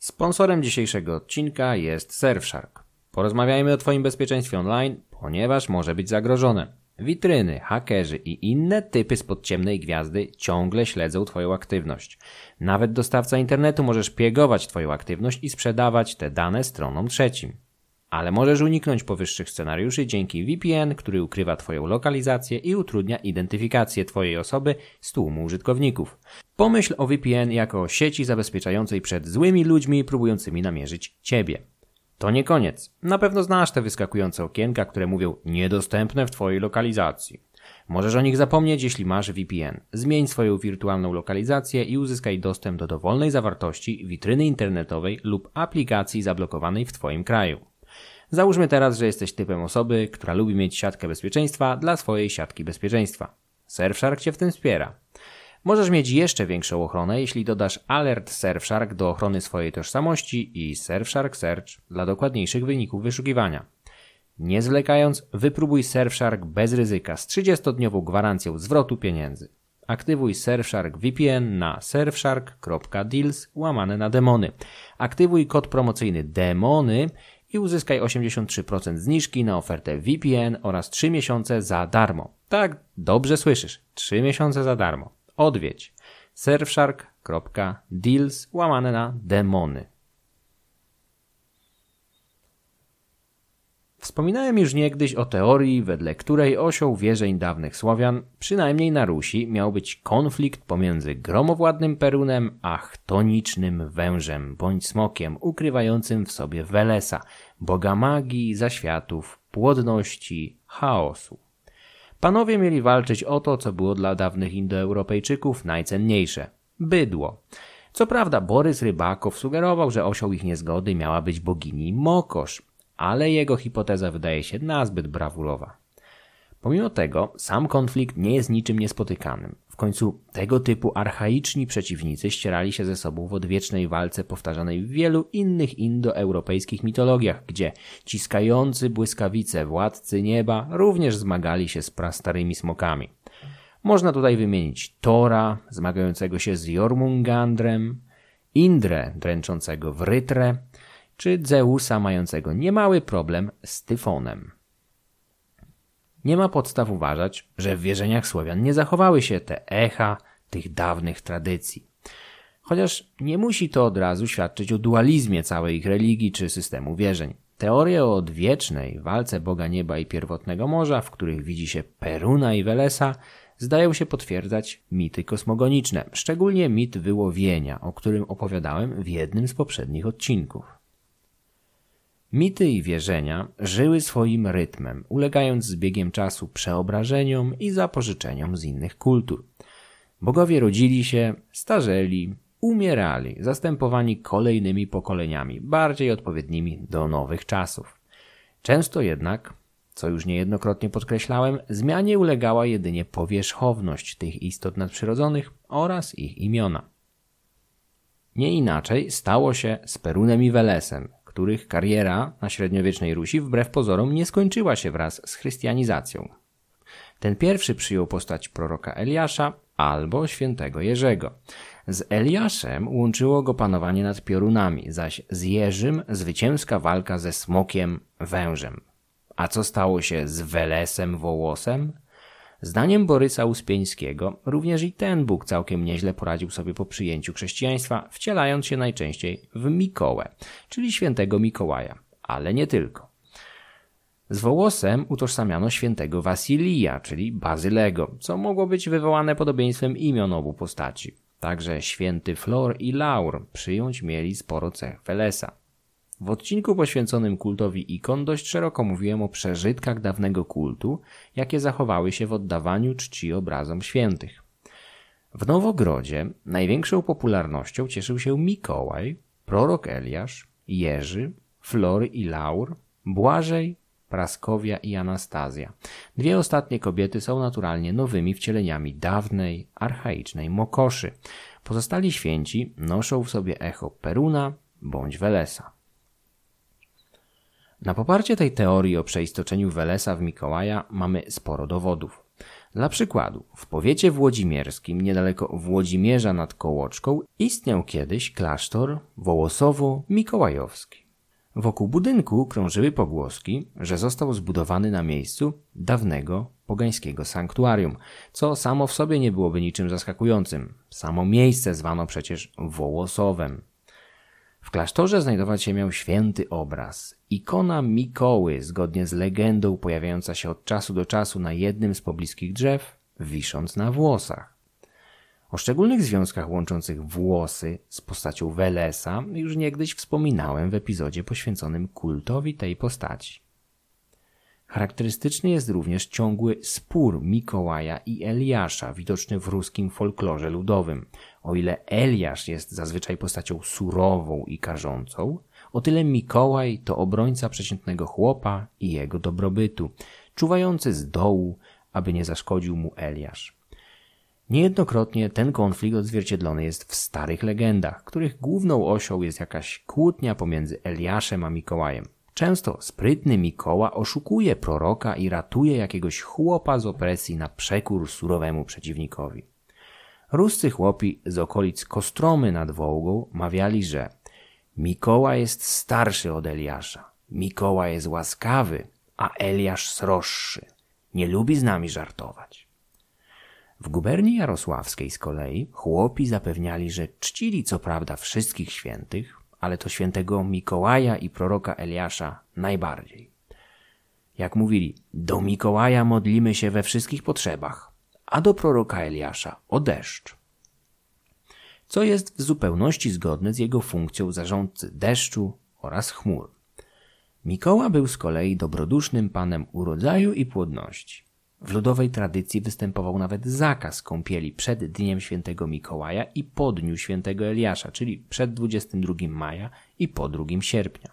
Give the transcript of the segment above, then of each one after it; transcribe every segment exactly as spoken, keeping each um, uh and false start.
Sponsorem dzisiejszego odcinka jest Surfshark. Porozmawiajmy o Twoim bezpieczeństwie online, ponieważ może być zagrożone. Witryny, hakerzy i inne typy spod ciemnej gwiazdy ciągle śledzą Twoją aktywność. Nawet dostawca internetu może szpiegować Twoją aktywność i sprzedawać te dane stronom trzecim. Ale możesz uniknąć powyższych scenariuszy dzięki V P N, który ukrywa Twoją lokalizację i utrudnia identyfikację Twojej osoby z tłumu użytkowników. Pomyśl o V P N jako o sieci zabezpieczającej przed złymi ludźmi próbującymi namierzyć Ciebie. To nie koniec. Na pewno znasz te wyskakujące okienka, które mówią niedostępne w Twojej lokalizacji. Możesz o nich zapomnieć, jeśli masz V P N. Zmień swoją wirtualną lokalizację i uzyskaj dostęp do dowolnej zawartości witryny internetowej lub aplikacji zablokowanej w Twoim kraju. Załóżmy teraz, że jesteś typem osoby, która lubi mieć siatkę bezpieczeństwa dla swojej siatki bezpieczeństwa. Surfshark Cię w tym wspiera. Możesz mieć jeszcze większą ochronę, jeśli dodasz Alert Surfshark do ochrony swojej tożsamości i Surfshark Search dla dokładniejszych wyników wyszukiwania. Nie zwlekając, wypróbuj Surfshark bez ryzyka z trzydziestodniową gwarancją zwrotu pieniędzy. Aktywuj Surfshark V P N na surfshark kropka deals łamane na demony. Aktywuj kod promocyjny DEMONY i uzyskaj osiemdziesiąt trzy procent zniżki na ofertę V P N oraz trzy miesiące za darmo. Tak, dobrze słyszysz, trzy miesiące za darmo. Odwiedź surfshark kropka deals łamane na demony. Wspominałem już niegdyś o teorii, wedle której osią wierzeń dawnych Słowian, przynajmniej na Rusi, miał być konflikt pomiędzy gromowładnym Perunem a chtonicznym wężem bądź smokiem ukrywającym w sobie Welesa, boga magii, zaświatów, płodności, chaosu. Panowie mieli walczyć o to, co było dla dawnych Indoeuropejczyków najcenniejsze – bydło. Co prawda Borys Rybakow sugerował, że osią ich niezgody miała być bogini Mokosz, ale jego hipoteza wydaje się nazbyt brawurowa. Pomimo tego sam konflikt nie jest niczym niespotykanym. W końcu tego typu archaiczni przeciwnicy ścierali się ze sobą w odwiecznej walce powtarzanej w wielu innych indoeuropejskich mitologiach, gdzie ciskający błyskawice władcy nieba również zmagali się z prastarymi smokami. Można tutaj wymienić Tora, zmagającego się z Jormungandrem, Indrę, dręczącego Wrytrę, czy Zeusa mającego niemały problem z Tyfonem. Nie ma podstaw uważać, że w wierzeniach Słowian nie zachowały się te echa tych dawnych tradycji. Chociaż nie musi to od razu świadczyć o dualizmie całej ich religii czy systemu wierzeń. Teorie o odwiecznej walce Boga Nieba i Pierwotnego Morza, w których widzi się Peruna i Welesa, zdają się potwierdzać mity kosmogoniczne, szczególnie mit wyłowienia, o którym opowiadałem w jednym z poprzednich odcinków. Mity i wierzenia żyły swoim rytmem, ulegając z biegiem czasu przeobrażeniom i zapożyczeniom z innych kultur. Bogowie rodzili się, starzeli, umierali, zastępowani kolejnymi pokoleniami, bardziej odpowiednimi do nowych czasów. Często jednak, co już niejednokrotnie podkreślałem, zmianie ulegała jedynie powierzchowność tych istot nadprzyrodzonych oraz ich imiona. Nie inaczej stało się z Perunem i Welesem, których kariera na średniowiecznej Rusi wbrew pozorom nie skończyła się wraz z chrystianizacją. Ten pierwszy przyjął postać proroka Eliasza albo świętego Jerzego. Z Eliaszem łączyło go panowanie nad piorunami, zaś z Jerzym zwycięska walka ze smokiem wężem. A co stało się z Welesem Wołosem? Zdaniem Borysa Uspieńskiego również i ten Bóg całkiem nieźle poradził sobie po przyjęciu chrześcijaństwa, wcielając się najczęściej w Mikołę, czyli świętego Mikołaja, ale nie tylko. Z Wołosem utożsamiano świętego Wasilija, czyli Bazylego, co mogło być wywołane podobieństwem imion obu postaci. Także święty Flor i Laur przyjąć mieli sporo cech Welesa. W odcinku poświęconym kultowi ikon dość szeroko mówiłem o przeżytkach dawnego kultu, jakie zachowały się w oddawaniu czci obrazom świętych. W Nowogrodzie największą popularnością cieszył się Mikołaj, prorok Eliasz, Jerzy, Flor i Laur, Błażej, Praskowia i Anastazja. Dwie ostatnie kobiety są naturalnie nowymi wcieleniami dawnej, archaicznej Mokoszy. Pozostali święci noszą w sobie echo Peruna bądź Welesa. Na poparcie tej teorii o przeistoczeniu Welesa w Mikołaja mamy sporo dowodów. Dla przykładu, w powiecie włodzimierskim, niedaleko Włodzimierza nad Kołoczką, istniał kiedyś klasztor wołosowo-mikołajowski. Wokół budynku krążyły pogłoski, że został zbudowany na miejscu dawnego pogańskiego sanktuarium, co samo w sobie nie byłoby niczym zaskakującym. Samo miejsce zwano przecież Wołosowem. W klasztorze znajdować się miał święty obraz, ikona Mikoły, zgodnie z legendą pojawiająca się od czasu do czasu na jednym z pobliskich drzew, wisząc na włosach. O szczególnych związkach łączących włosy z postacią Welesa już niegdyś wspominałem w epizodzie poświęconym kultowi tej postaci. Charakterystyczny jest również ciągły spór Mikołaja i Eliasza, widoczny w ruskim folklorze ludowym. O ile Eliasz jest zazwyczaj postacią surową i karzącą, o tyle Mikołaj to obrońca przeciętnego chłopa i jego dobrobytu, czuwający z dołu, aby nie zaszkodził mu Eliasz. Niejednokrotnie ten konflikt odzwierciedlony jest w starych legendach, których główną osią jest jakaś kłótnia pomiędzy Eliaszem a Mikołajem. Często sprytny Mikoła oszukuje proroka i ratuje jakiegoś chłopa z opresji na przekór surowemu przeciwnikowi. Ruscy chłopi z okolic Kostromy nad Wołgą mawiali, że Mikołaj jest starszy od Eliasza, Mikołaj jest łaskawy, a Eliasz sroższy, nie lubi z nami żartować. W guberni jarosławskiej z kolei chłopi zapewniali, że czcili co prawda wszystkich świętych, ale to świętego Mikołaja i proroka Eliasza najbardziej. Jak mówili, do Mikołaja modlimy się we wszystkich potrzebach, a do proroka Eliasza o deszcz. Co jest w zupełności zgodne z jego funkcją zarządcy deszczu oraz chmur. Mikoła był z kolei dobrodusznym panem urodzaju i płodności. W ludowej tradycji występował nawet zakaz kąpieli przed dniem świętego Mikołaja i po dniu świętego Eliasza, czyli przed dwudziestego drugiego maja i po drugiego sierpnia.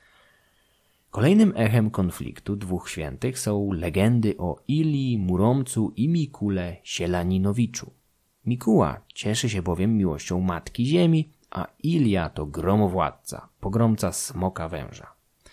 Kolejnym echem konfliktu dwóch świętych są legendy o Ilii, Muromcu i Mikule Sielaninowiczu. Mikuła cieszy się bowiem miłością Matki Ziemi, a Ilia to gromowładca, pogromca smoka węża.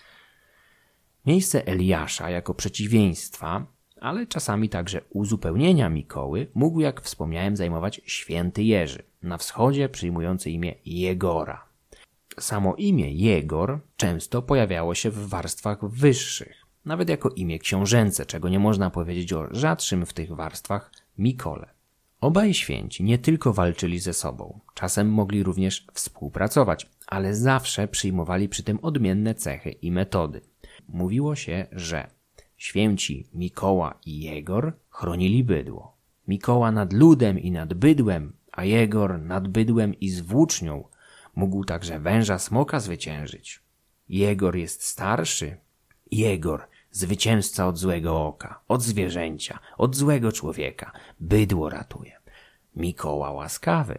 Miejsce Eliasza jako przeciwieństwa, ale czasami także uzupełnienia Mikoły mógł, jak wspomniałem, zajmować święty Jerzy, na wschodzie przyjmujący imię Jegora. Samo imię Jegor często pojawiało się w warstwach wyższych, nawet jako imię książęce, czego nie można powiedzieć o rzadszym w tych warstwach Mikole. Obaj święci nie tylko walczyli ze sobą, czasem mogli również współpracować, ale zawsze przyjmowali przy tym odmienne cechy i metody. Mówiło się, że święci Mikoła i Jegor chronili bydło. Mikoła nad ludem i nad bydłem, a Jegor nad bydłem i z włócznią. Mógł także węża smoka zwyciężyć. Jegor jest starszy. Jegor, zwycięzca od złego oka, od zwierzęcia, od złego człowieka. Bydło ratuje. Mikoła łaskawy.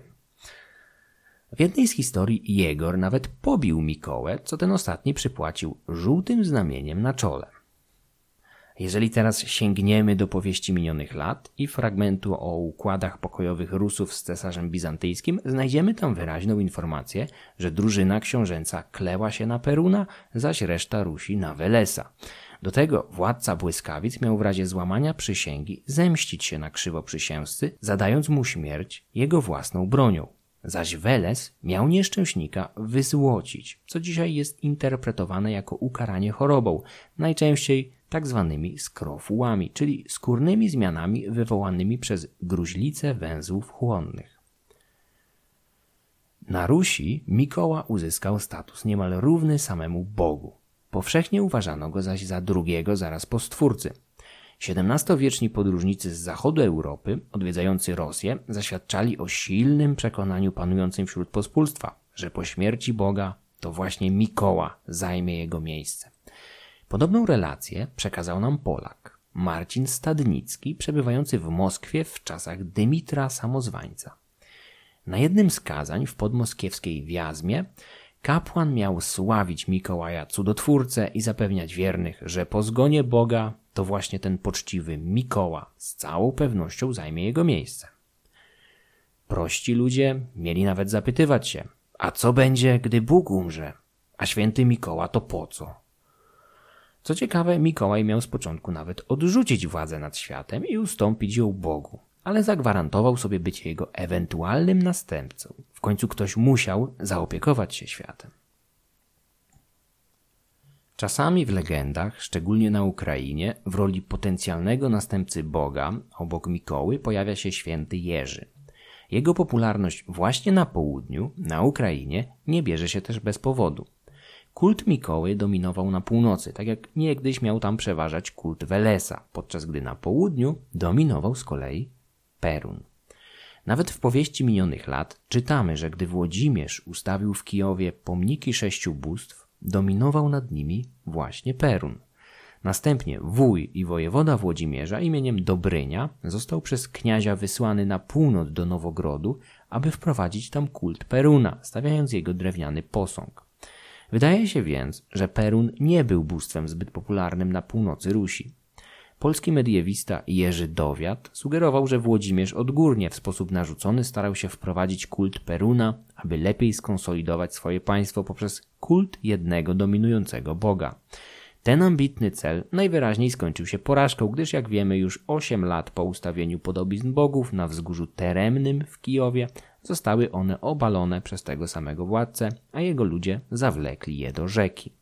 W jednej z historii Jegor nawet pobił Mikołę, co ten ostatni przypłacił żółtym znamieniem na czole. Jeżeli teraz sięgniemy do powieści minionych lat i fragmentu o układach pokojowych Rusów z cesarzem bizantyjskim, znajdziemy tam wyraźną informację, że drużyna książęca kleła się na Peruna, zaś reszta Rusi na Welesa. Do tego władca błyskawic miał w razie złamania przysięgi zemścić się na krzywoprzysięzcy, zadając mu śmierć jego własną bronią. Zaś Weles miał nieszczęśnika wyzłocić, co dzisiaj jest interpretowane jako ukaranie chorobą, najczęściej tak zwanymi skrofułami, czyli skórnymi zmianami wywołanymi przez gruźlicę węzłów chłonnych. Na Rusi Mikoła uzyskał status niemal równy samemu Bogu. Powszechnie uważano go zaś za drugiego zaraz po Stwórcy. siedemnastowieczni podróżnicy z zachodu Europy, odwiedzający Rosję, zaświadczali o silnym przekonaniu panującym wśród pospólstwa, że po śmierci Boga to właśnie Mikoła zajmie jego miejsce. Podobną relację przekazał nam Polak, Marcin Stadnicki, przebywający w Moskwie w czasach Dymitra Samozwańca. Na jednym z kazań w podmoskiewskiej Wiazmie kapłan miał sławić Mikołaja cudotwórcę i zapewniać wiernych, że po zgonie Boga to właśnie ten poczciwy Mikoła z całą pewnością zajmie jego miejsce. Prości ludzie mieli nawet zapytywać się, a co będzie, gdy Bóg umrze? A święty Mikoła to po co? Co ciekawe, Mikołaj miał z początku nawet odrzucić władzę nad światem i ustąpić ją Bogu, ale zagwarantował sobie bycie jego ewentualnym następcą. W końcu ktoś musiał zaopiekować się światem. Czasami w legendach, szczególnie na Ukrainie, w roli potencjalnego następcy Boga, obok Mikoły, pojawia się święty Jerzy. Jego popularność właśnie na południu, na Ukrainie, nie bierze się też bez powodu. Kult Mikoły dominował na północy, tak jak niegdyś miał tam przeważać kult Welesa, podczas gdy na południu dominował z kolei Perun. Nawet w powieści minionych lat czytamy, że gdy Włodzimierz ustawił w Kijowie pomniki sześciu bóstw, dominował nad nimi właśnie Perun. Następnie wuj i wojewoda Włodzimierza imieniem Dobrynia został przez kniazia wysłany na północ do Nowogrodu, aby wprowadzić tam kult Peruna, stawiając jego drewniany posąg. Wydaje się więc, że Perun nie był bóstwem zbyt popularnym na północy Rusi. Polski mediewista Jerzy Dowiat sugerował, że Włodzimierz odgórnie w sposób narzucony starał się wprowadzić kult Peruna, aby lepiej skonsolidować swoje państwo poprzez kult jednego dominującego Boga. Ten ambitny cel najwyraźniej skończył się porażką, gdyż jak wiemy już osiem lat po ustawieniu podobizn bogów na wzgórzu Teremnym w Kijowie zostały one obalone przez tego samego władcę, a jego ludzie zawlekli je do rzeki.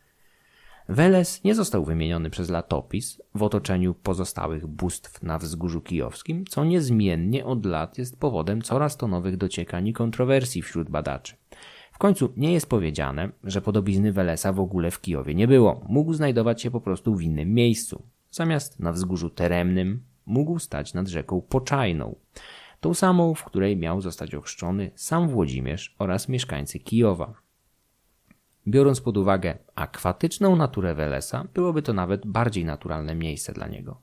Weles nie został wymieniony przez Latopis w otoczeniu pozostałych bóstw na wzgórzu kijowskim, co niezmiennie od lat jest powodem coraz to nowych dociekań i kontrowersji wśród badaczy. W końcu nie jest powiedziane, że podobizny Welesa w ogóle w Kijowie nie było. Mógł znajdować się po prostu w innym miejscu. Zamiast na wzgórzu Teremnym mógł stać nad rzeką Poczajną, tą samą, w której miał zostać ochrzczony sam Włodzimierz oraz mieszkańcy Kijowa. Biorąc pod uwagę akwatyczną naturę Welesa, byłoby to nawet bardziej naturalne miejsce dla niego.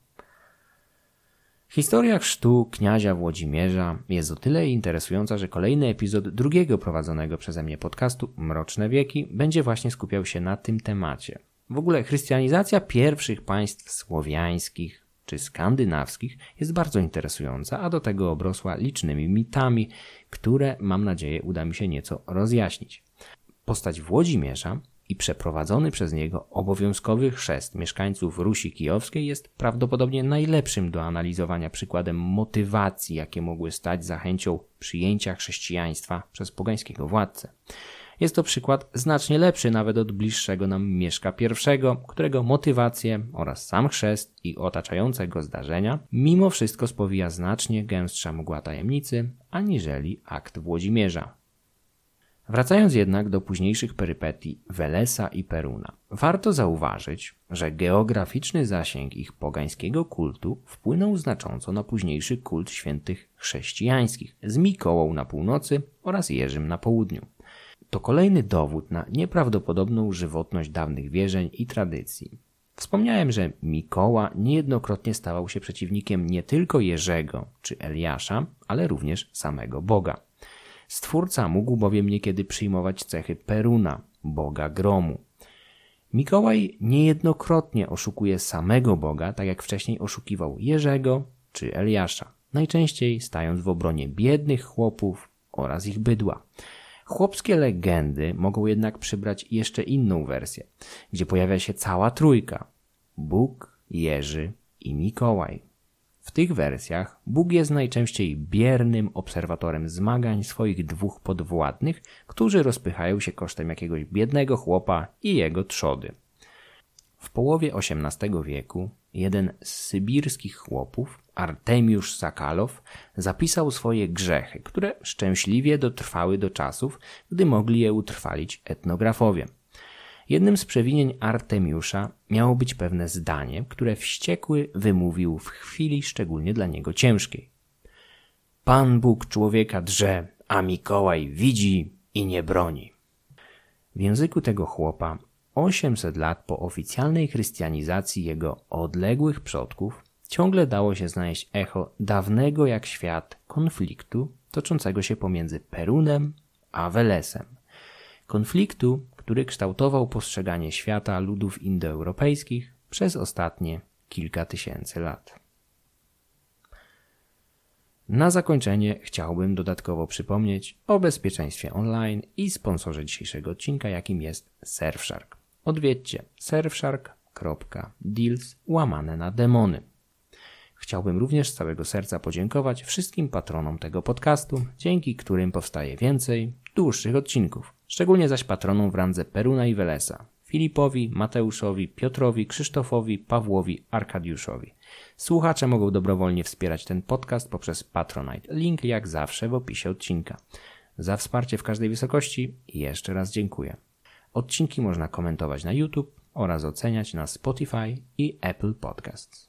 Historia chrztu kniazia Włodzimierza jest o tyle interesująca, że kolejny epizod drugiego prowadzonego przeze mnie podcastu Mroczne Wieki będzie właśnie skupiał się na tym temacie. W ogóle chrystianizacja pierwszych państw słowiańskich czy skandynawskich jest bardzo interesująca, a do tego obrosła licznymi mitami, które mam nadzieję uda mi się nieco rozjaśnić. Postać Włodzimierza i przeprowadzony przez niego obowiązkowy chrzest mieszkańców Rusi Kijowskiej jest prawdopodobnie najlepszym do analizowania przykładem motywacji, jakie mogły stać za chęcią przyjęcia chrześcijaństwa przez pogańskiego władcę. Jest to przykład znacznie lepszy nawet od bliższego nam Mieszka I, którego motywacje oraz sam chrzest i otaczające go zdarzenia mimo wszystko spowija znacznie gęstsza mgła tajemnicy, aniżeli akt Włodzimierza. Wracając jednak do późniejszych perypetii Welesa i Peruna, warto zauważyć, że geograficzny zasięg ich pogańskiego kultu wpłynął znacząco na późniejszy kult świętych chrześcijańskich z Mikołą na północy oraz Jerzym na południu. To kolejny dowód na nieprawdopodobną żywotność dawnych wierzeń i tradycji. Wspomniałem, że Mikoła niejednokrotnie stawał się przeciwnikiem nie tylko Jerzego czy Eliasza, ale również samego Boga. Stwórca mógł bowiem niekiedy przyjmować cechy Peruna, boga gromu. Mikołaj niejednokrotnie oszukuje samego Boga, tak jak wcześniej oszukiwał Jerzego czy Eliasza, najczęściej stając w obronie biednych chłopów oraz ich bydła. Chłopskie legendy mogą jednak przybrać jeszcze inną wersję, gdzie pojawia się cała trójka – Bóg, Jerzy i Mikołaj. W tych wersjach Bóg jest najczęściej biernym obserwatorem zmagań swoich dwóch podwładnych, którzy rozpychają się kosztem jakiegoś biednego chłopa i jego trzody. W połowie osiemnastego wieku jeden z sybirskich chłopów, Artemiusz Sakalow, zapisał swoje grzechy, które szczęśliwie dotrwały do czasów, gdy mogli je utrwalić etnografowie. Jednym z przewinień Artemiusza miało być pewne zdanie, które wściekły wymówił w chwili szczególnie dla niego ciężkiej. Pan Bóg człowieka drze, a Mikołaj widzi i nie broni. W języku tego chłopa osiemset lat po oficjalnej chrystianizacji jego odległych przodków ciągle dało się znaleźć echo dawnego jak świat konfliktu toczącego się pomiędzy Perunem a Welesem. Konfliktu, który kształtował postrzeganie świata ludów indoeuropejskich przez ostatnie kilka tysięcy lat. Na zakończenie chciałbym dodatkowo przypomnieć o bezpieczeństwie online i sponsorze dzisiejszego odcinka, jakim jest Surfshark. Odwiedźcie surfshark kropka deals łamane na demony. Chciałbym również z całego serca podziękować wszystkim patronom tego podcastu, dzięki którym powstaje więcej, dłuższych odcinków. Szczególnie zaś patronom w randze Peruna i Welesa. Filipowi, Mateuszowi, Piotrowi, Krzysztofowi, Pawłowi, Arkadiuszowi. Słuchacze mogą dobrowolnie wspierać ten podcast poprzez Patronite. Link jak zawsze w opisie odcinka. Za wsparcie w każdej wysokości jeszcze raz dziękuję. Odcinki można komentować na YouTube oraz oceniać na Spotify i Apple Podcasts.